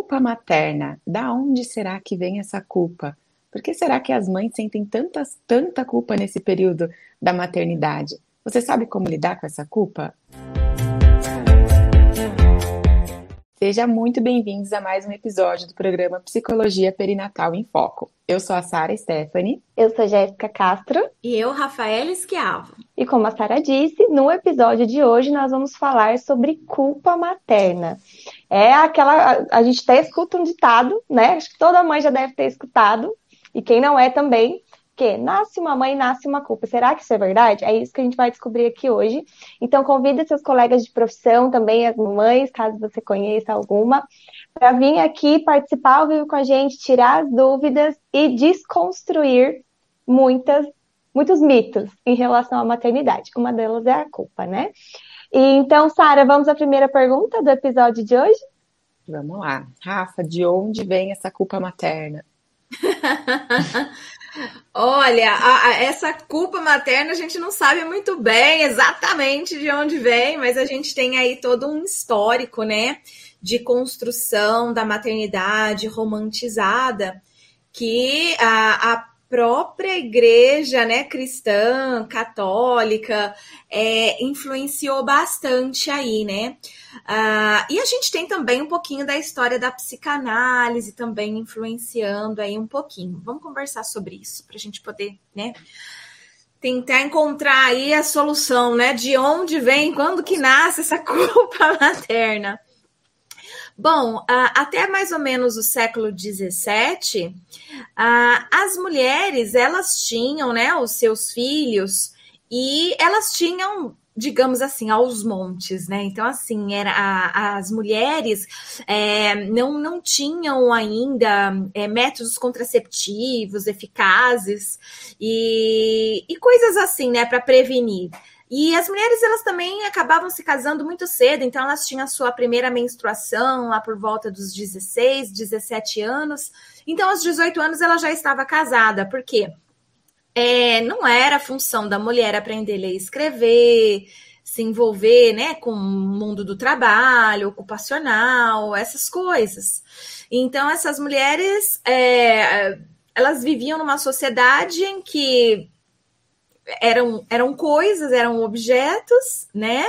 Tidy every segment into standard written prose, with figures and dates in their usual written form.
Culpa materna. Da onde será que vem essa culpa? Por que será que as mães sentem tanta culpa nesse período da maternidade? Você sabe como lidar com essa culpa? Seja muito bem-vindos a mais um episódio do programa Psicologia Perinatal em Foco. Eu sou a Sara Stephanie. Eu sou Jéssica Castro. E eu, Rafaela Schiavo. E como a Sara disse, no episódio de hoje nós vamos falar sobre culpa materna. A gente até escuta um ditado, né? Acho que toda mãe já deve ter escutado, e quem não é também, que nasce uma mãe, nasce uma culpa. Será que isso é verdade? É isso que a gente vai descobrir aqui hoje. Então convida seus colegas de profissão, também as mamães, caso você conheça alguma, para vir aqui participar ao vivo com a gente, tirar as dúvidas e desconstruir muitos mitos em relação à maternidade. Uma delas é a culpa, né? E então, Sara, vamos à primeira pergunta do episódio de hoje? Vamos lá. Rafa, de onde vem essa culpa materna? Olha, essa culpa materna a gente não sabe muito bem exatamente de onde vem, mas a gente tem aí todo um histórico, né, de construção da maternidade romantizada que a própria igreja, né, cristã, católica, influenciou bastante aí, né? E a gente tem também um pouquinho da história da psicanálise também influenciando aí um pouquinho. Vamos conversar sobre isso para a gente poder, né, tentar encontrar aí a solução, né? De onde vem, quando que nasce essa culpa materna. Bom, até mais ou menos o século XVII, as mulheres, elas tinham, né, os seus filhos e elas tinham, digamos assim, aos montes, né? Então, assim, as mulheres não tinham ainda métodos contraceptivos eficazes e coisas assim, né, para prevenir. E as mulheres, elas também acabavam se casando muito cedo, então elas tinham a sua primeira menstruação lá por volta dos 16, 17 anos. Então, aos 18 anos, ela já estava casada, porque não era função da mulher aprender a ler e escrever, se envolver, né, com o mundo do trabalho, ocupacional, essas coisas. Então, essas mulheres, elas viviam numa sociedade em que eram coisas, eram objetos, né?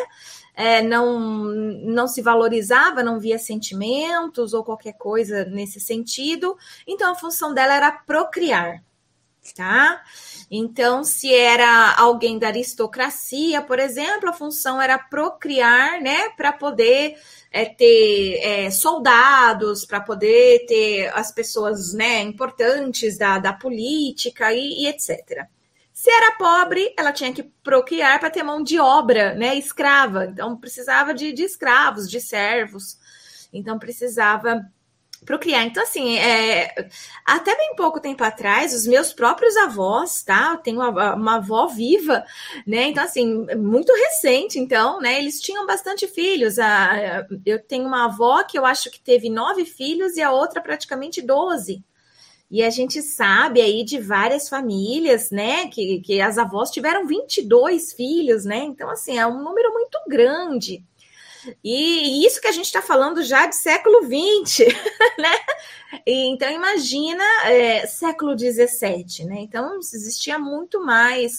Não se valorizava, não via sentimentos ou qualquer coisa nesse sentido. Então, a função dela era procriar, tá? Então, se era alguém da aristocracia, por exemplo, a função era procriar, né? Para poder ter soldados, para poder ter as pessoas, né, importantes da política e etc. Se era pobre, ela tinha que procriar para ter mão de obra, né, escrava. Então, precisava de escravos, de servos. Então, precisava procriar. Então, assim, até bem pouco tempo atrás, os meus próprios avós, tá? Eu tenho uma avó viva, né? Então, assim, muito recente, então, né? Eles tinham bastante filhos. Eu tenho uma avó que eu acho que teve 9 filhos e a outra praticamente 12. E a gente sabe aí de várias famílias, né, que as avós tiveram 22 filhos, né? Então, assim, é um número muito grande. E isso que a gente está falando já de século XX, né? Então, imagina século XVII, né? Então, existia muito mais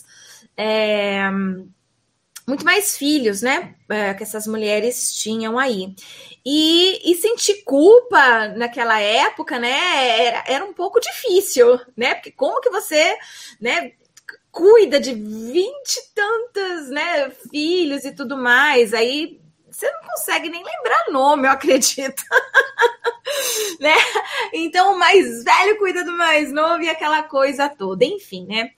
filhos, né, que essas mulheres tinham aí. E sentir culpa naquela época, né, era um pouco difícil, né, porque como que você, né, cuida de 20 e tantos, né, filhos e tudo mais, aí você não consegue nem lembrar nome, eu acredito. Né? Então o mais velho cuida do mais novo e aquela coisa toda, enfim, né?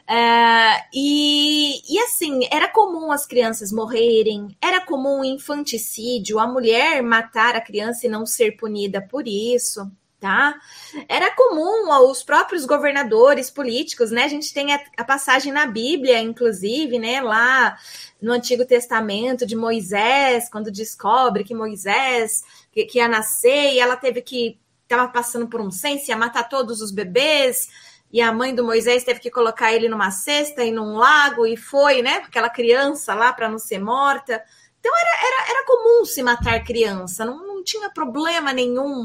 E assim, era comum as crianças morrerem, era comum o infanticídio, a mulher matar a criança e não ser punida por isso, tá? Era comum os próprios governadores políticos, né? A gente tem a passagem na Bíblia, inclusive, né? Lá no Antigo Testamento de Moisés, quando descobre que Moisés que ia nascer e ela estava passando por um censo, ia matar todos os bebês, e a mãe do Moisés teve que colocar ele numa cesta e num lago, e foi, né, aquela criança lá para não ser morta. Então era comum se matar criança, não tinha problema nenhum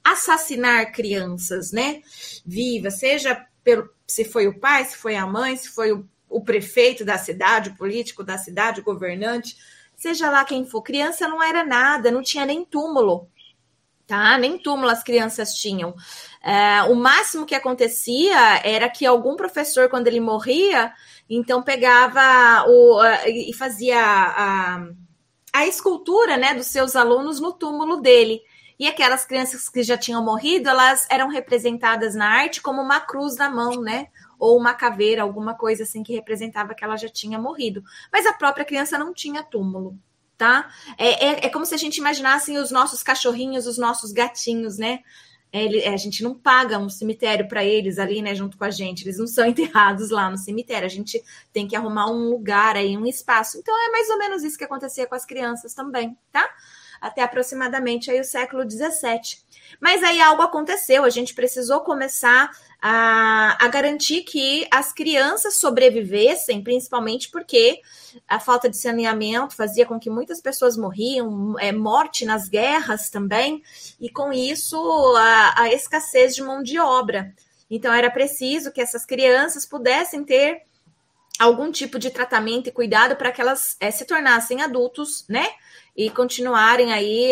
assassinar crianças, né? Vivas, seja se foi o pai, se foi a mãe, se foi o prefeito da cidade, o político da cidade, o governante, seja lá quem for. Criança não era nada, não tinha nem túmulo, tá? Nem túmulo as crianças tinham. O máximo que acontecia era que algum professor, quando ele morria, então pegava e fazia a escultura, né, dos seus alunos no túmulo dele. E aquelas crianças que já tinham morrido, elas eram representadas na arte como uma cruz na mão, né? Ou uma caveira, alguma coisa assim que representava que ela já tinha morrido. Mas a própria criança não tinha túmulo, tá? É como se a gente imaginasse os nossos cachorrinhos, os nossos gatinhos, né? A gente não paga um cemitério para eles ali, né, junto com a gente. Eles não são enterrados lá no cemitério. A gente tem que arrumar um lugar aí, um espaço. Então é mais ou menos isso que acontecia com as crianças também, tá? Até aproximadamente aí o século XVII. Mas aí algo aconteceu, a gente precisou começar a garantir que as crianças sobrevivessem, principalmente porque a falta de saneamento fazia com que muitas pessoas morriam, morte nas guerras também, e com isso a escassez de mão de obra. Então era preciso que essas crianças pudessem ter algum tipo de tratamento e cuidado para que elas se tornassem adultos, né? E continuarem aí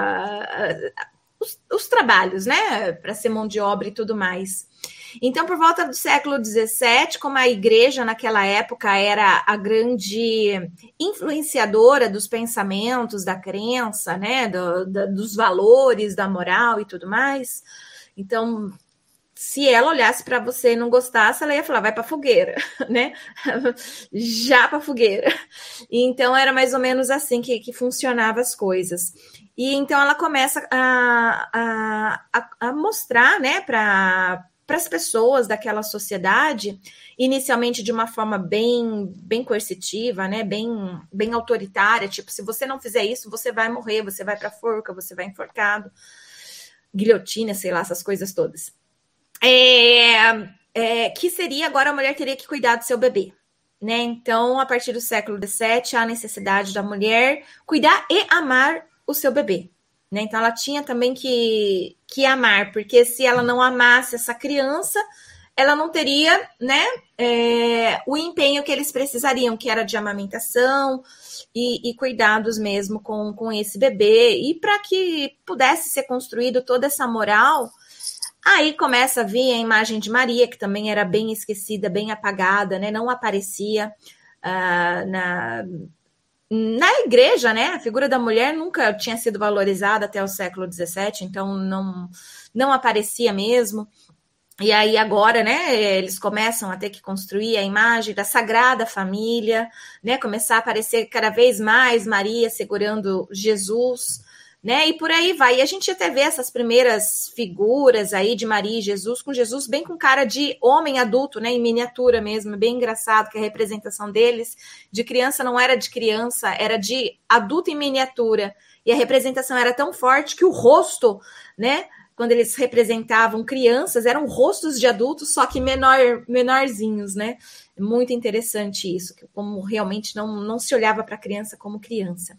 os trabalhos, né? Para ser mão de obra e tudo mais. Então, por volta do século XVII, como a igreja naquela época era a grande influenciadora dos pensamentos, da crença, né? Dos valores, da moral e tudo mais. Então, se ela olhasse para você e não gostasse, ela ia falar, vai para fogueira, né? Já para fogueira. E então era mais ou menos assim que funcionavam as coisas. E então ela começa a mostrar, né, para as pessoas daquela sociedade, inicialmente de uma forma bem coercitiva, né, bem autoritária, tipo, se você não fizer isso, você vai morrer, você vai para forca, você vai enforcado, guilhotina, sei lá, essas coisas todas. Que seria agora a mulher teria que cuidar do seu bebê, né? Então, a partir do século XVII, há a necessidade da mulher cuidar e amar o seu bebê, né? Então, ela tinha também que amar, porque se ela não amasse essa criança, ela não teria, né, o empenho que eles precisariam, que era de amamentação e cuidados mesmo com esse bebê, e para que pudesse ser construído toda essa moral. Aí começa a vir a imagem de Maria, que também era bem esquecida, bem apagada, né? Não aparecia na igreja, né? A figura da mulher nunca tinha sido valorizada até o século XVII, então não aparecia mesmo. E aí agora, né, eles começam a ter que construir a imagem da Sagrada Família, né? Começar a aparecer cada vez mais Maria segurando Jesus, né? E por aí vai. E a gente até vê essas primeiras figuras aí de Maria e Jesus, com Jesus bem com cara de homem adulto, né? Em miniatura mesmo, bem engraçado que a representação deles de criança não era de criança, era de adulto em miniatura. E a representação era tão forte que o rosto, né? Quando eles representavam crianças, eram rostos de adultos, só que menorzinhos, né? Muito interessante isso, como realmente não se olhava para a criança como criança.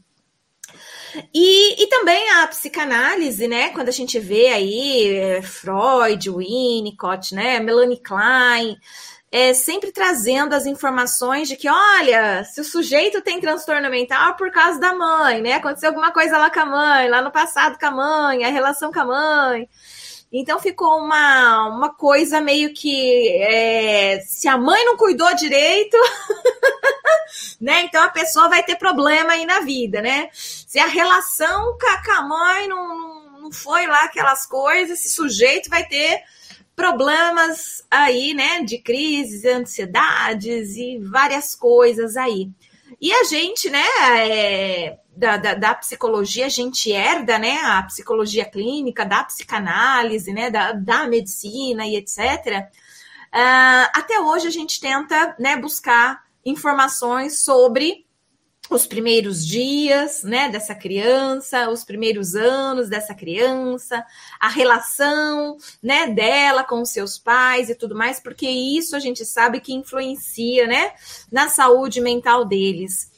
E também a psicanálise, né? Quando a gente vê aí Freud, Winnicott, né? Melanie Klein, sempre trazendo as informações de que, olha, se o sujeito tem transtorno mental é por causa da mãe, né? Aconteceu alguma coisa lá com a mãe, lá no passado com a mãe, a relação com a mãe. Então ficou uma coisa meio que se a mãe não cuidou direito, né? Então a pessoa vai ter problema aí na vida, né? Se a relação com a mãe não foi lá aquelas coisas, esse sujeito vai ter problemas aí, né? De crises, ansiedades e várias coisas aí. E a gente, né, da psicologia, a gente herda, né, a psicologia clínica, da psicanálise, né, da medicina e etc. Até hoje a gente tenta, né, buscar informações sobre os primeiros dias, né, dessa criança, os primeiros anos dessa criança, a relação, né, dela com os seus pais e tudo mais, porque isso a gente sabe que influencia, né, na saúde mental deles.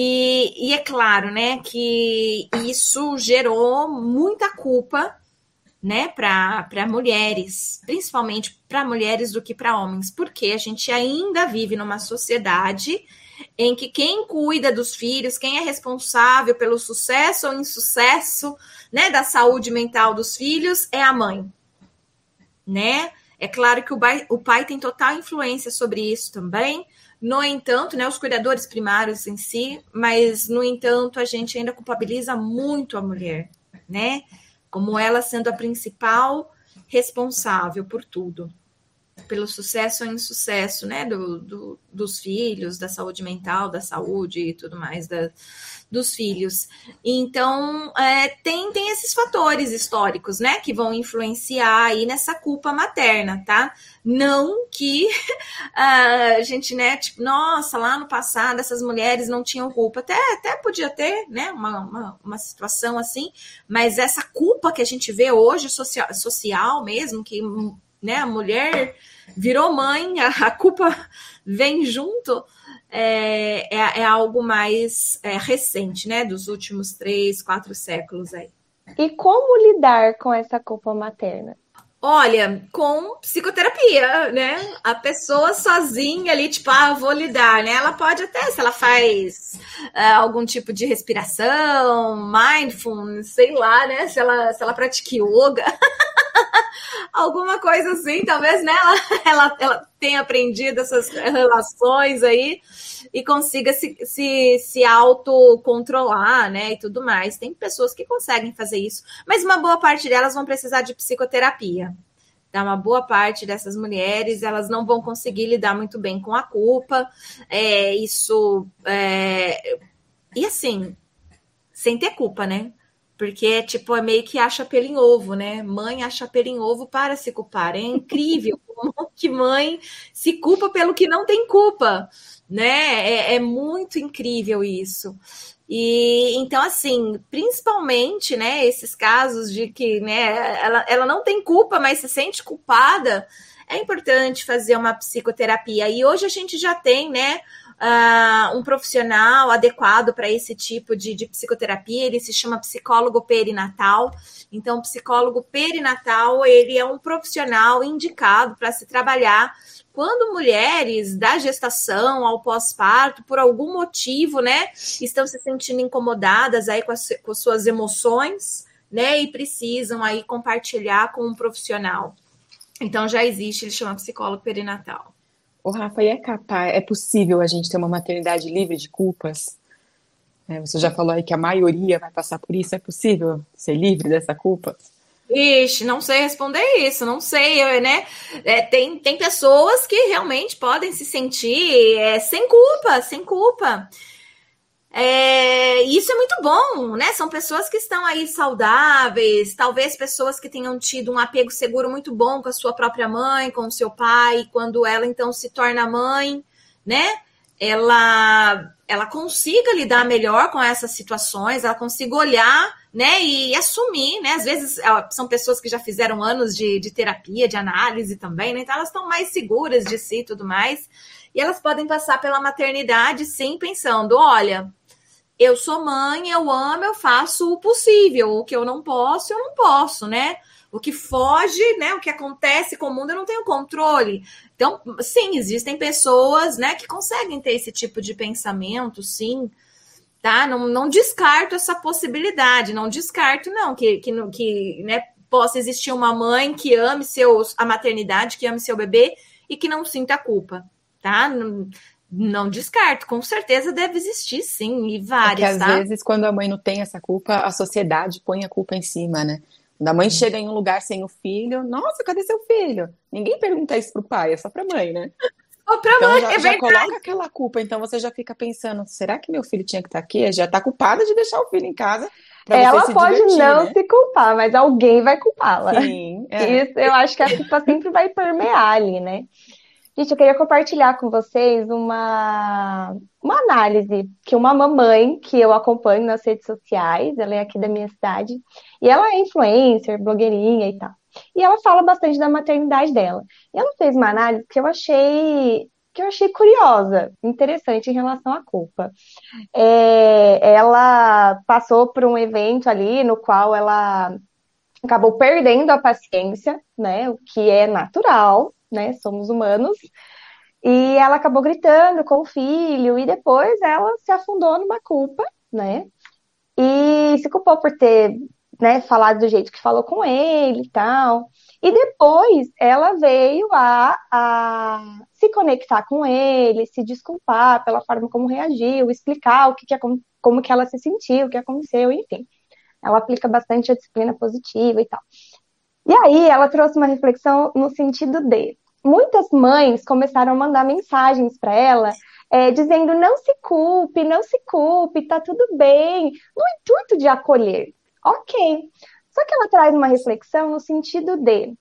E é claro, né, que isso gerou muita culpa né, para mulheres, principalmente para mulheres do que para homens, porque a gente ainda vive numa sociedade em que quem cuida dos filhos, quem é responsável pelo sucesso ou insucesso, né, da saúde mental dos filhos é a mãe, né? É claro que o pai tem total influência sobre isso também. No entanto, né, os cuidadores primários em si, mas, no entanto, a gente ainda culpabiliza muito a mulher, né? Como ela sendo a principal responsável por tudo, pelo sucesso ou insucesso, né, dos filhos, da saúde mental, da saúde e tudo mais dos filhos. Então, tem esses fatores históricos, né, que vão influenciar aí nessa culpa materna, tá? Não que a gente, né, tipo, nossa, lá no passado essas mulheres não tinham culpa. Até podia ter, né, uma situação assim, mas essa culpa que a gente vê hoje, social mesmo, que, né, a mulher virou mãe, a culpa vem junto, é algo mais recente, né, dos últimos 3, 4 séculos aí. E como lidar com essa culpa materna? Olha, com psicoterapia, né? A pessoa sozinha ali, tipo, vou lidar, né? Ela pode até, se ela faz algum tipo de respiração, mindfulness, sei lá, né? Se ela pratica yoga, alguma coisa assim, talvez, né? Ela tenha aprendido essas relações aí e consiga se autocontrolar, né, e tudo mais. Tem pessoas que conseguem fazer isso, mas uma boa parte delas vão precisar de psicoterapia. Tá? Uma boa parte dessas mulheres, elas não vão conseguir lidar muito bem com a culpa, e assim, sem ter culpa, né? Porque, tipo, é meio que acha pelo em ovo, né? Mãe acha pelo em ovo para se culpar. É incrível como que mãe se culpa pelo que não tem culpa, né? É muito incrível isso. E então, assim, principalmente, né, esses casos de que, né, ela não tem culpa, mas se sente culpada, é importante fazer uma psicoterapia. E hoje a gente já tem, né, um profissional adequado para esse tipo de psicoterapia. Ele se chama psicólogo perinatal. Então, o psicólogo perinatal, ele é um profissional indicado para se trabalhar quando mulheres da gestação ao pós-parto, por algum motivo, né, estão se sentindo incomodadas aí com as suas emoções, né, e precisam aí compartilhar com um profissional. Então, já existe, ele chama psicólogo perinatal. Ô, Rafa, e é possível a gente ter uma maternidade livre de culpas? Você já falou aí que a maioria vai passar por isso. É possível ser livre dessa culpa? Ixi, não sei responder isso, não sei, né? Tem pessoas que realmente podem se sentir sem culpa. Isso é muito bom, né? São pessoas que estão aí saudáveis, talvez pessoas que tenham tido um apego seguro muito bom com a sua própria mãe, com o seu pai, quando ela então se torna mãe, né? Ela consiga lidar melhor com essas situações, ela consiga olhar, né, e assumir, né? Às vezes são pessoas que já fizeram anos de terapia, de análise também, né? Então elas estão mais seguras de si e tudo mais. E elas podem passar pela maternidade, sim, pensando, olha, eu sou mãe, eu amo, eu faço o possível. O que eu não posso, né? O que foge, né? O que acontece com o mundo, eu não tenho controle. Então, sim, existem pessoas, né, que conseguem ter esse tipo de pensamento, sim, tá? Não descarto essa possibilidade, não descarto, não, que né, possa existir uma mãe que ame a maternidade, que ame seu bebê e que não sinta culpa, tá? Não descarto, com certeza deve existir, sim, e várias, às vezes, quando a mãe não tem essa culpa, a sociedade põe a culpa em cima, né? Quando a mãe chega em um lugar sem o filho, nossa, cadê seu filho? Ninguém pergunta isso pro pai, é só pra mãe, né? Então já coloca aquela culpa, então você já fica pensando, será que meu filho tinha que estar aqui? Já tá culpada de deixar o filho em casa pra ela você se pode divertir, não né? se culpar, mas alguém vai culpá-la. Sim, Isso, eu acho que a culpa sempre vai permear ali, né? Gente, eu queria compartilhar com vocês uma análise que uma mamãe que eu acompanho nas redes sociais, ela é aqui da minha cidade, e ela é influencer, blogueirinha e tal. E ela fala bastante da maternidade dela. E ela fez uma análise que eu achei curiosa, interessante em relação à culpa. Ela passou por um evento ali no qual ela acabou perdendo a paciência, né? O que é natural, né? Somos humanos. E ela acabou gritando com o filho, e depois ela se afundou numa culpa, né? E se culpou por ter, né, falado do jeito que falou com ele e tal. E depois ela veio a se conectar com ele, se desculpar pela forma como reagiu, explicar como que ela se sentiu, o que aconteceu, enfim. Ela aplica bastante a disciplina positiva e tal. E aí ela trouxe uma reflexão no sentido de muitas mães começaram a mandar mensagens para ela, dizendo não se culpe, tá tudo bem, no intuito de acolher. Ok. Só que ela traz uma reflexão no sentido de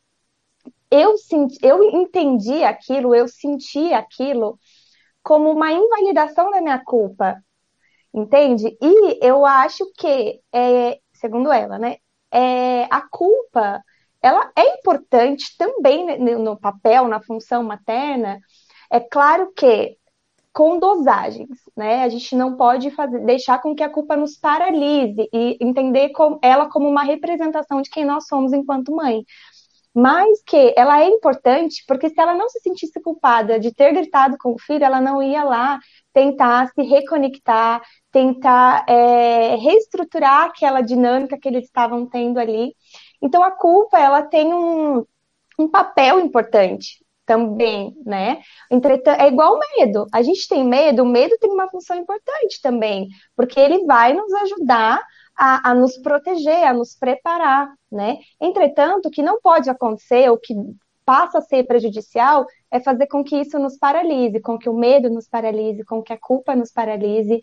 eu entendi aquilo, eu senti aquilo como uma invalidação da minha culpa, entende? E eu acho que, segundo ela, né, a culpa, ela é importante também no papel, na função materna. É claro que com dosagens, né? A gente não pode deixar com que a culpa nos paralise e entender ela como uma representação de quem nós somos enquanto mãe. Mas que ela é importante porque se ela não se sentisse culpada de ter gritado com o filho, ela não ia lá tentar se reconectar, tentar reestruturar aquela dinâmica que eles estavam tendo ali. Então a culpa, ela tem um papel importante também, né? Entretanto, é igual o medo. A gente tem medo, o medo tem uma função importante também, porque ele vai nos ajudar a nos proteger, a nos preparar, né? Entretanto, o que não pode acontecer, o que passa a ser prejudicial, é fazer com que isso nos paralise, com que o medo nos paralise, com que a culpa nos paralise.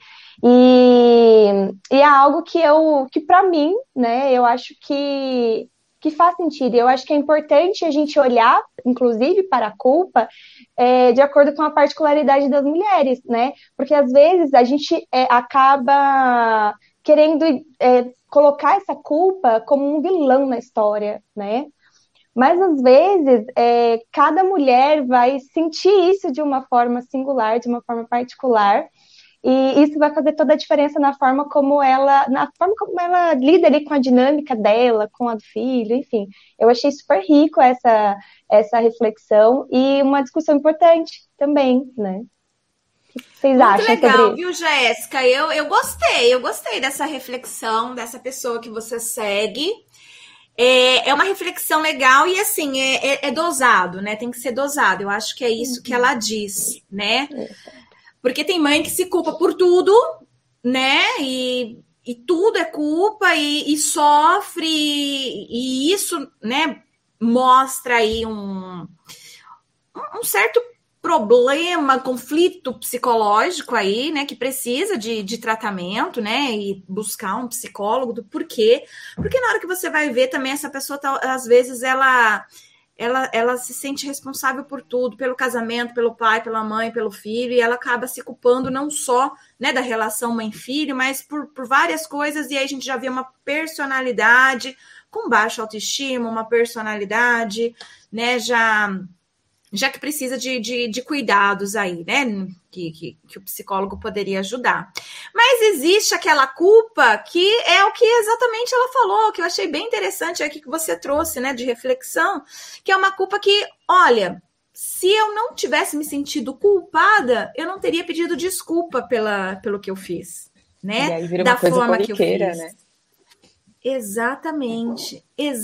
E é algo que para mim, né, eu acho que faz sentido. Eu acho que é importante a gente olhar, inclusive, para a culpa, de acordo com a particularidade das mulheres, né? Porque às vezes a gente acaba querendo colocar essa culpa como um vilão na história, né? Mas às vezes cada mulher vai sentir isso de uma forma singular, de uma forma particular. E isso vai fazer toda a diferença na forma como ela lida ali com a dinâmica dela, com a do filho, enfim. Eu achei super rico essa reflexão e uma discussão importante também, né? O que vocês acham legal, sobre isso? Viu, Jéssica? Eu gostei dessa reflexão, dessa pessoa que você segue. É uma reflexão legal e, assim, é dosado, né? Tem que ser dosado. Eu acho que é isso que ela diz, né? Porque tem mãe que se culpa por tudo, né? E tudo é culpa e sofre, e isso, né, mostra aí um certo problema, conflito psicológico aí, né, que precisa de tratamento, né, e buscar um psicólogo do porquê. Porque na hora que você vai ver também, essa pessoa, às vezes, ela se sente responsável por tudo, pelo casamento, pelo pai, pela mãe, pelo filho, e ela acaba se culpando não só, né, da relação mãe-filho, mas por várias coisas, e aí a gente já vê uma personalidade com baixa autoestima, uma personalidade, né, já que precisa de cuidados aí, né, que o psicólogo poderia ajudar. Mas existe aquela culpa que é o que exatamente ela falou, que eu achei bem interessante aqui que você trouxe, né, de reflexão, que é uma culpa que, olha, se eu não tivesse me sentido culpada, eu não teria pedido desculpa pelo que eu fiz, né, e aí vira uma coisa forma que eu fiz. Né? Exatamente.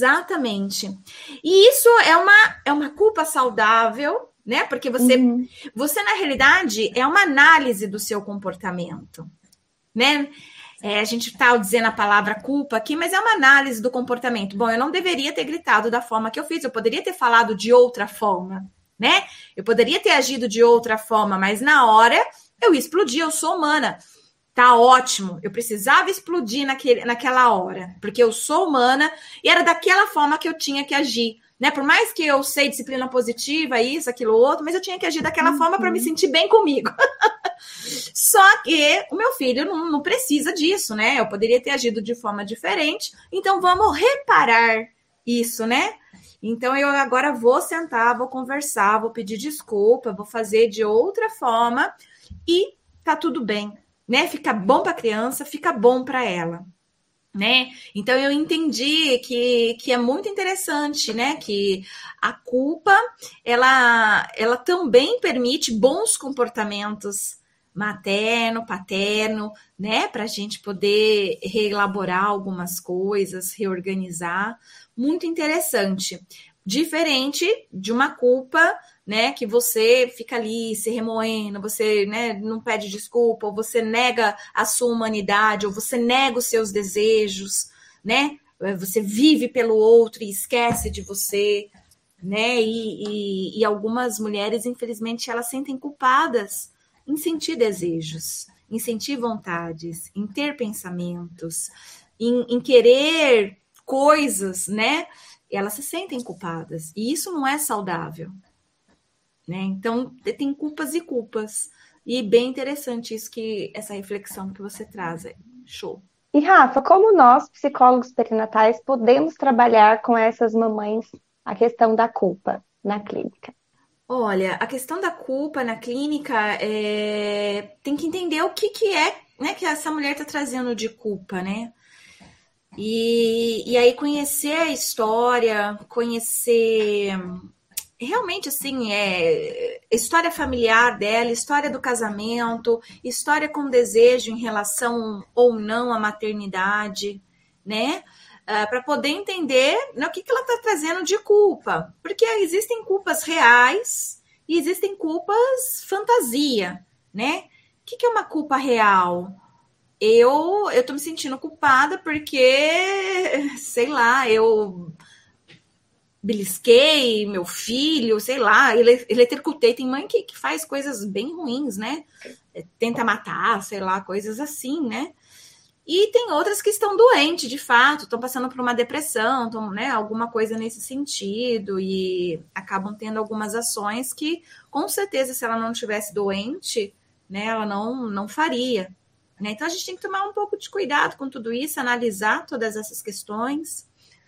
E isso é uma culpa saudável, né? Porque você na realidade, é uma análise do seu comportamento, né? A gente está dizendo a palavra culpa aqui, mas é uma análise do comportamento. Bom, eu não deveria ter gritado da forma que eu fiz, eu poderia ter falado de outra forma, né? Eu poderia ter agido de outra forma, mas na hora eu explodi, eu sou humana. Tá ótimo, eu precisava explodir naquela hora, porque eu sou humana e era daquela forma que eu tinha que agir, né? Por mais que eu sei disciplina positiva, isso, aquilo, outro, mas eu tinha que agir daquela forma para me sentir bem comigo. Só que o meu filho não precisa disso, né? Eu poderia ter agido de forma diferente, então vamos reparar isso, né? Então eu agora vou sentar, vou conversar, vou pedir desculpa, vou fazer de outra forma e tá tudo bem. Né? Fica bom para a criança, fica bom para ela. né? Então eu entendi que é muito interessante, né? Que a culpa ela também permite bons comportamentos materno, paterno, né? Para a gente poder reelaborar algumas coisas, reorganizar. Muito interessante. Diferente de uma culpa, né, que você fica ali se remoendo, você, né, não pede desculpa, ou você nega a sua humanidade, ou você nega os seus desejos, né? Você vive pelo outro e esquece de você, né? E algumas mulheres, infelizmente, elas sentem culpadas em sentir desejos, em sentir vontades, em ter pensamentos, em querer coisas, né? Elas se sentem culpadas. E isso não é saudável. Né? Então, tem culpas e culpas. E bem interessante isso essa reflexão que você traz aí. Show. E Rafa, como nós, psicólogos perinatais, podemos trabalhar com essas mamães a questão da culpa na clínica? Olha, a questão da culpa na clínica tem que entender o que é, né, que essa mulher está trazendo de culpa, né? E aí conhecer a história, conhecer realmente assim, história familiar dela, história do casamento, história com desejo em relação ou não à maternidade, né? Para poder entender, né, o que ela está trazendo de culpa. Porque existem culpas reais e existem culpas fantasia, né? O que é uma culpa real? Eu tô me sentindo culpada porque, sei lá, eu belisquei meu filho, sei lá, eletrocutei. Tem mãe que faz coisas bem ruins, né? Tenta matar, sei lá, coisas assim, né? E tem outras que estão doentes, de fato, estão passando por uma depressão, né, alguma coisa nesse sentido, e acabam tendo algumas ações que, com certeza, se ela não tivesse doente, né, ela não faria. Né? Então, a gente tem que tomar um pouco de cuidado com tudo isso, analisar todas essas questões.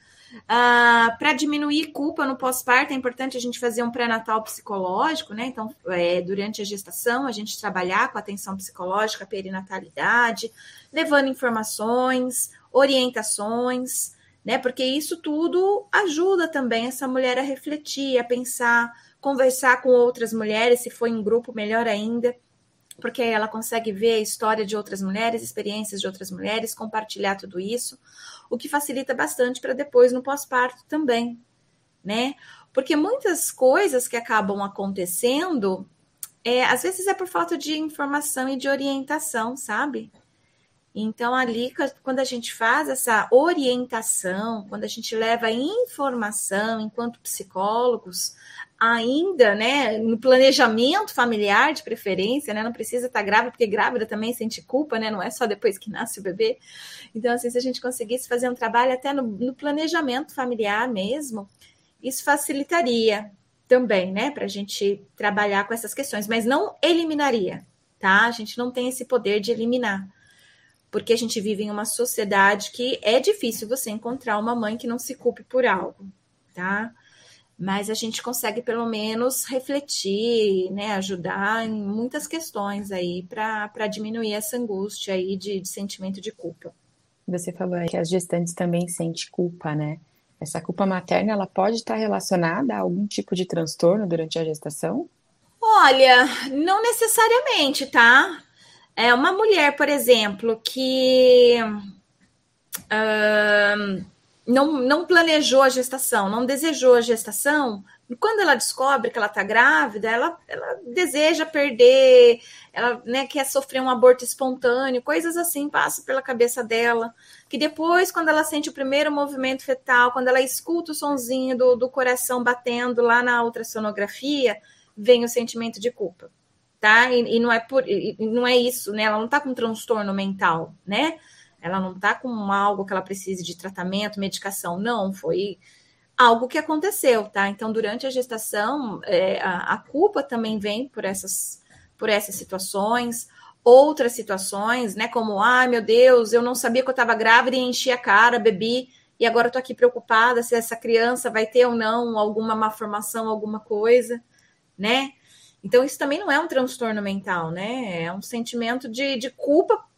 Para diminuir culpa no pós-parto, é importante a gente fazer um pré-natal psicológico, né? Então, durante a gestação, a gente trabalhar com atenção psicológica, perinatalidade, levando informações, orientações, né? Porque isso tudo ajuda também essa mulher a refletir, a pensar, conversar com outras mulheres, se for em grupo, melhor ainda, porque aí ela consegue ver a história de outras mulheres, experiências de outras mulheres, compartilhar tudo isso, o que facilita bastante para depois no pós-parto também, né? Porque muitas coisas que acabam acontecendo, às vezes é por falta de informação e de orientação, sabe? Então, ali, quando a gente faz essa orientação, quando a gente leva informação enquanto psicólogos, ainda, né, no planejamento familiar de preferência, né, não precisa estar grávida, porque grávida também sente culpa, né, não é só depois que nasce o bebê. Então, assim, se a gente conseguisse fazer um trabalho até no planejamento familiar mesmo, isso facilitaria também, né, para a gente trabalhar com essas questões, mas não eliminaria, tá? A gente não tem esse poder de eliminar, porque a gente vive em uma sociedade que é difícil você encontrar uma mãe que não se culpe por algo, tá? Mas a gente consegue, pelo menos, refletir, né, ajudar em muitas questões aí para diminuir essa angústia aí de sentimento de culpa. Você falou aí que as gestantes também sentem culpa, né? Essa culpa materna, ela pode estar relacionada a algum tipo de transtorno durante a gestação? Olha, não necessariamente, tá? É uma mulher, por exemplo, que não planejou a gestação, não desejou a gestação, quando ela descobre que ela está grávida, ela deseja perder, ela, né, quer sofrer um aborto espontâneo, coisas assim passam pela cabeça dela, que depois, quando ela sente o primeiro movimento fetal, quando ela escuta o sonzinho do coração batendo lá na ultrassonografia, vem o sentimento de culpa. Tá? E não é isso, né? Ela não está com um transtorno mental, né? Ela não está com algo que ela precise de tratamento, medicação, não, foi algo que aconteceu, tá? Então, durante a gestação, a culpa também vem por essas situações, outras situações, né? Como, ai meu Deus, eu não sabia que eu estava grávida e enchi a cara, bebi, e agora eu tô aqui preocupada se essa criança vai ter ou não alguma malformação, alguma coisa, né? Então, isso também não é um transtorno mental, né? É um sentimento de culpa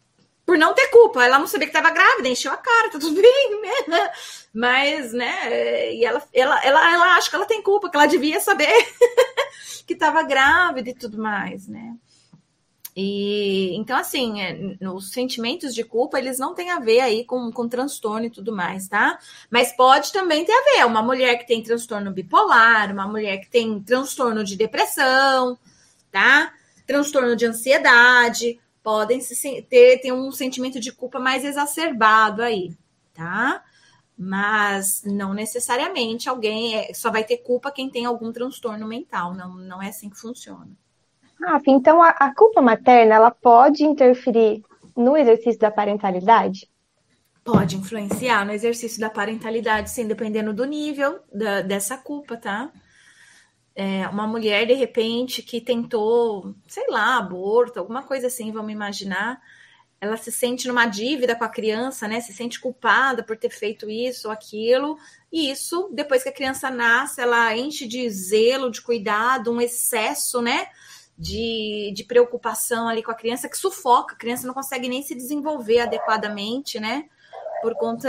por não ter culpa. Ela não sabia que estava grávida, encheu a cara, tá tudo bem, né? Mas, né, e ela acha que ela tem culpa, que ela devia saber que estava grávida e tudo mais, né? E então, assim, os sentimentos de culpa, eles não têm a ver aí com transtorno e tudo mais, tá? Mas pode também ter a ver. Uma mulher que tem transtorno bipolar, uma mulher que tem transtorno de depressão, tá? Transtorno de ansiedade, podem ter um sentimento de culpa mais exacerbado aí, tá? Mas não necessariamente alguém só vai ter culpa quem tem algum transtorno mental, não é assim que funciona. Rafa, então a culpa materna, ela pode interferir no exercício da parentalidade? Pode influenciar no exercício da parentalidade, sim, dependendo do nível dessa culpa, tá? Uma mulher, de repente, que tentou, sei lá, aborto, alguma coisa assim, vamos imaginar, ela se sente numa dívida com a criança, né? Se sente culpada por ter feito isso ou aquilo, e isso, depois que a criança nasce, ela enche de zelo, de cuidado, um excesso, né? De preocupação ali com a criança, que sufoca, a criança não consegue nem se desenvolver adequadamente, né? Por conta,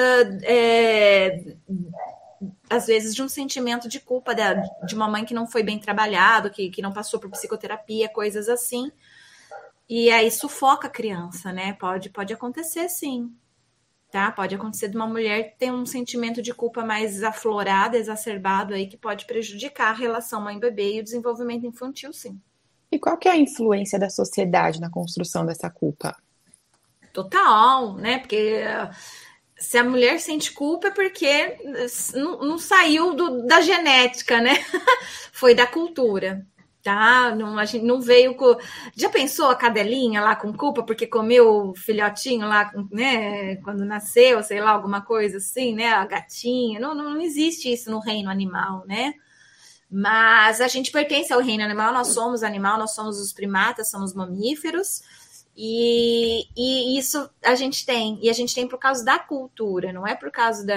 às vezes, de um sentimento de culpa de uma mãe que não foi bem trabalhado, que não passou por psicoterapia, coisas assim. E aí sufoca a criança, né? Pode acontecer, sim. Tá? Pode acontecer de uma mulher ter um sentimento de culpa mais aflorado, exacerbado aí, que pode prejudicar a relação mãe-bebê e o desenvolvimento infantil, sim. E qual que é a influência da sociedade na construção dessa culpa? Total, né? Porque se a mulher sente culpa é porque não saiu da genética, né? Foi da cultura, tá? A gente não veio com... Já pensou a cadelinha lá com culpa porque comeu o filhotinho lá, né? Quando nasceu, sei lá, alguma coisa assim, né? A gatinha. Não existe isso no reino animal, né? Mas a gente pertence ao reino animal, nós somos animal, nós somos os primatas, somos mamíferos, e isso a gente tem, e a gente tem por causa da cultura, não é por causa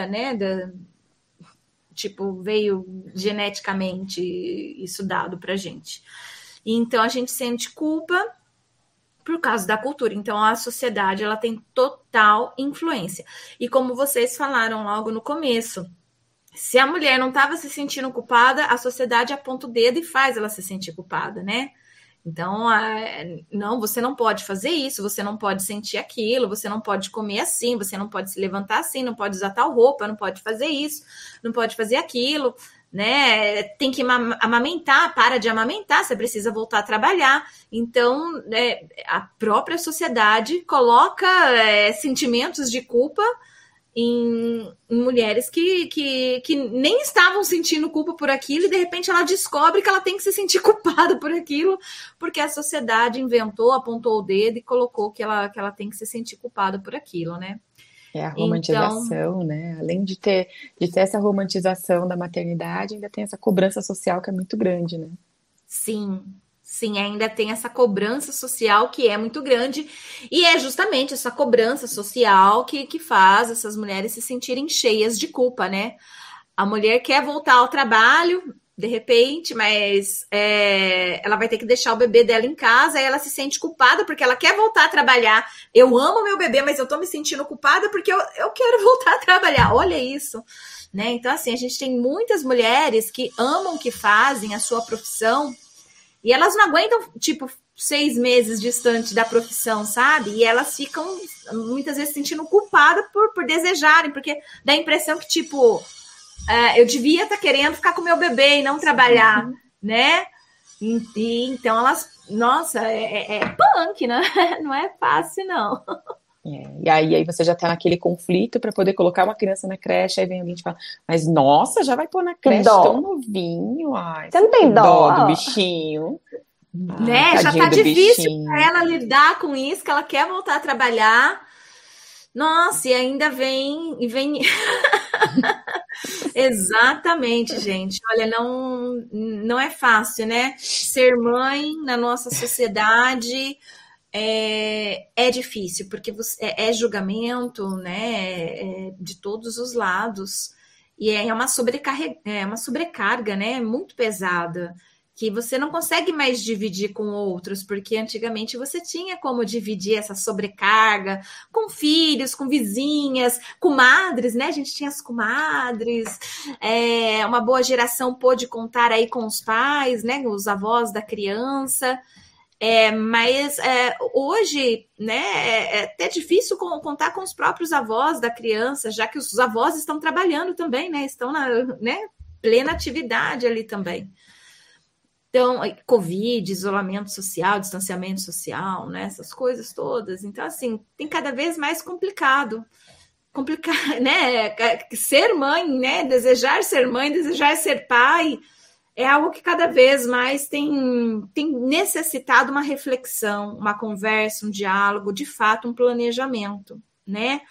tipo, veio geneticamente isso dado pra gente. Então a gente sente culpa por causa da cultura, então a sociedade, ela tem total influência. E como vocês falaram logo no começo, se a mulher não estava se sentindo culpada, a sociedade aponta o dedo e faz ela se sentir culpada, né? Então, não, você não pode fazer isso, você não pode sentir aquilo, você não pode comer assim, você não pode se levantar assim, não pode usar tal roupa, não pode fazer isso, não pode fazer aquilo, né? Tem que amamentar, para de amamentar, você precisa voltar a trabalhar. Então, a própria sociedade coloca sentimentos de culpa em mulheres que nem estavam sentindo culpa por aquilo e de repente ela descobre que ela tem que se sentir culpada por aquilo porque a sociedade inventou, apontou o dedo e colocou que ela tem que se sentir culpada por aquilo, né? É a romantização, né? Além de ter essa romantização da maternidade, ainda tem essa cobrança social que é muito grande, né? Sim, ainda tem essa cobrança social que é muito grande, e é justamente essa cobrança social que faz essas mulheres se sentirem cheias de culpa, né? A mulher quer voltar ao trabalho, de repente, mas ela vai ter que deixar o bebê dela em casa, e ela se sente culpada porque ela quer voltar a trabalhar. Eu amo meu bebê, mas eu tô me sentindo culpada porque eu quero voltar a trabalhar. Olha isso, né? Então, assim, a gente tem muitas mulheres que amam o que fazem, a sua profissão, e elas não aguentam, tipo, 6 meses distante da profissão, sabe? E elas ficam, muitas vezes, sentindo culpadas por desejarem, porque dá a impressão que, tipo, eu devia estar querendo ficar com meu bebê e não trabalhar, né? E então elas, nossa, é punk, né? Não é fácil, não. E aí você já tá naquele conflito para poder colocar uma criança na creche, aí vem alguém e fala, mas nossa, já vai pôr na creche tão novinho, ai, você não tem dó do bichinho, né? Já tá difícil para ela lidar com isso, que ela quer voltar a trabalhar, nossa, e ainda vem exatamente, gente, olha, não é fácil, né? Ser mãe na nossa sociedade é difícil, porque é julgamento, né, de todos os lados, e é uma sobrecarga, né, muito pesada, que você não consegue mais dividir com outros, porque antigamente você tinha como dividir essa sobrecarga com filhos, com vizinhas, comadres, né? A gente tinha as comadres, uma boa geração pôde contar aí com os pais, né? Os avós da criança. Mas hoje, né, é até difícil contar com os próprios avós da criança, já que os avós estão trabalhando também, né? Estão na, né, plena atividade ali também. Então, Covid, isolamento social, distanciamento social, né? Essas coisas todas. Então, assim, tem cada vez mais complicado, né? Ser mãe, né? Desejar ser mãe, desejar ser pai, é algo que cada vez mais tem necessitado uma reflexão, uma conversa, um diálogo, de fato, um planejamento, né?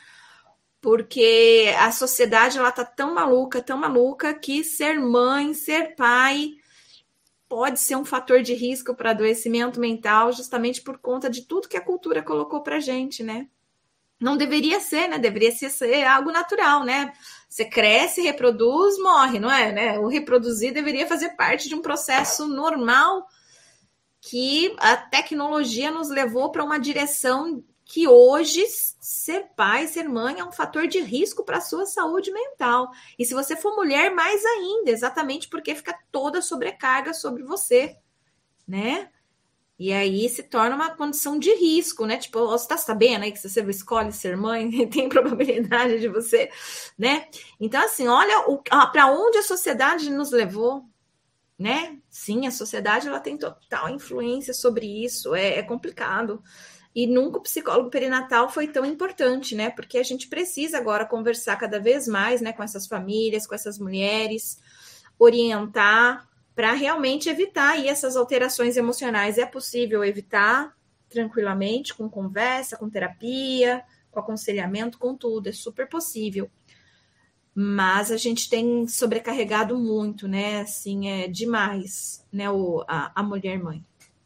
Porque a sociedade ela tá tão maluca, que ser mãe, ser pai pode ser um fator de risco para adoecimento mental, justamente por conta de tudo que a cultura colocou pra gente, né? Não deveria ser, né? Deveria ser algo natural, né? Você cresce, reproduz, morre, não é? Né? O reproduzir deveria fazer parte de um processo normal que a tecnologia nos levou para uma direção que hoje ser pai, ser mãe é um fator de risco para a sua saúde mental. E se você for mulher, mais ainda, exatamente porque fica toda a sobrecarga sobre você, né? E aí se torna uma condição de risco, né? Tipo, você tá sabendo aí que se você escolhe ser mãe, tem probabilidade de você, né? Então, assim, olha para onde a sociedade nos levou, né? Sim, a sociedade ela tem total influência sobre isso, é complicado. E nunca o psicólogo perinatal foi tão importante, né? Porque a gente precisa agora conversar cada vez mais, né, com essas famílias, com essas mulheres, orientar para realmente evitar aí essas alterações emocionais. É possível evitar tranquilamente, com conversa, com terapia, com aconselhamento, com tudo, é super possível. Mas a gente tem sobrecarregado muito, né? Assim, é demais, né? A mulher mãe.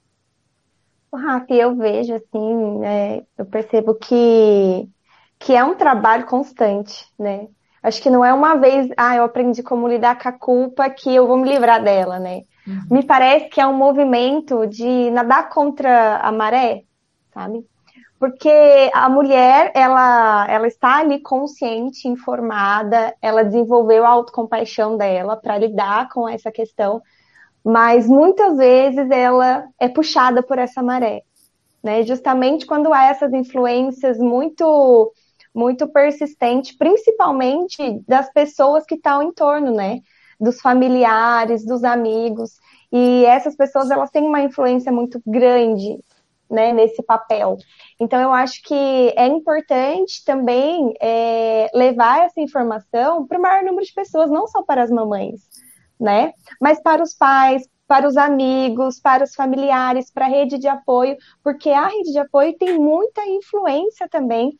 Rafa, eu vejo assim, eu percebo que é um trabalho constante, né? Acho que não é uma vez, eu aprendi como lidar com a culpa que eu vou me livrar dela, né? Uhum. Me parece que é um movimento de nadar contra a maré, sabe? Porque a mulher, ela está ali consciente, informada, ela desenvolveu a autocompaixão dela para lidar com essa questão, mas muitas vezes ela é puxada por essa maré, né? Justamente quando há essas influências muito persistentes, principalmente das pessoas que estão em torno, né? Dos familiares, dos amigos, e essas pessoas elas têm uma influência muito grande, né, nesse papel. Então eu acho que é importante também levar essa informação para o maior número de pessoas, não só para as mamães, né? Mas para os pais, para os amigos, para os familiares, para a rede de apoio, porque a rede de apoio tem muita influência também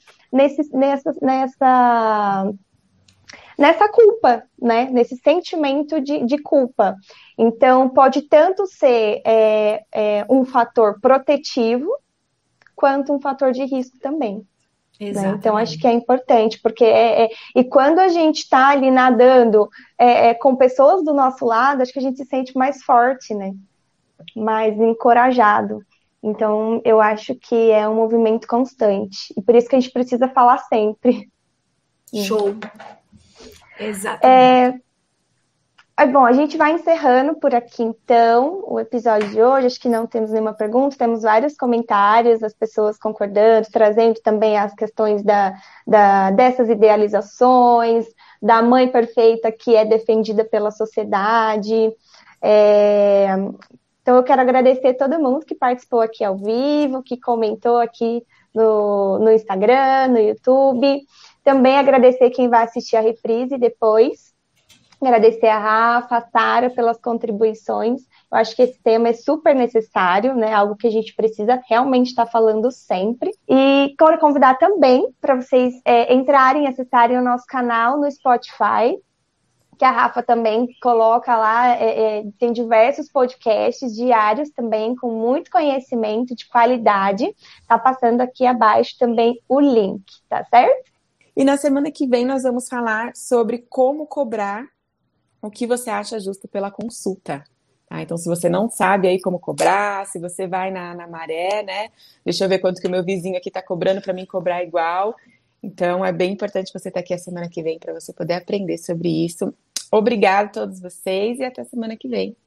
nessa culpa, né? Nesse sentimento de culpa. Então, pode tanto ser um fator protetivo, quanto um fator de risco também. Né? Então, acho que é importante, porque e quando a gente está ali nadando com pessoas do nosso lado, acho que a gente se sente mais forte, né? Mais encorajado. Então, eu acho que é um movimento constante. E por isso que a gente precisa falar sempre. Show! Exatamente. Bom, a gente vai encerrando por aqui, então, o episódio de hoje. Acho que não temos nenhuma pergunta, temos vários comentários, as pessoas concordando, trazendo também as questões dessas idealizações, da mãe perfeita que é defendida pela sociedade. Então, eu quero agradecer todo mundo que participou aqui ao vivo, que comentou aqui no Instagram, no YouTube. Também agradecer quem vai assistir a reprise depois. Agradecer a Rafa, a Sara pelas contribuições. Eu acho que esse tema é super necessário, né? Algo que a gente precisa realmente estar falando sempre. E quero convidar também para vocês entrarem, acessarem o nosso canal no Spotify, que a Rafa também coloca lá, tem diversos podcasts diários também, com muito conhecimento de qualidade. Tá passando aqui abaixo também o link, tá certo? E na semana que vem nós vamos falar sobre como cobrar o que você acha justo pela consulta, Tá? Então, se você não sabe aí como cobrar, se você vai na maré, né? Deixa eu ver quanto que o meu vizinho aqui tá cobrando para mim cobrar igual. Então, é bem importante você estar aqui a semana que vem para você poder aprender sobre isso. Obrigada a todos vocês e até semana que vem.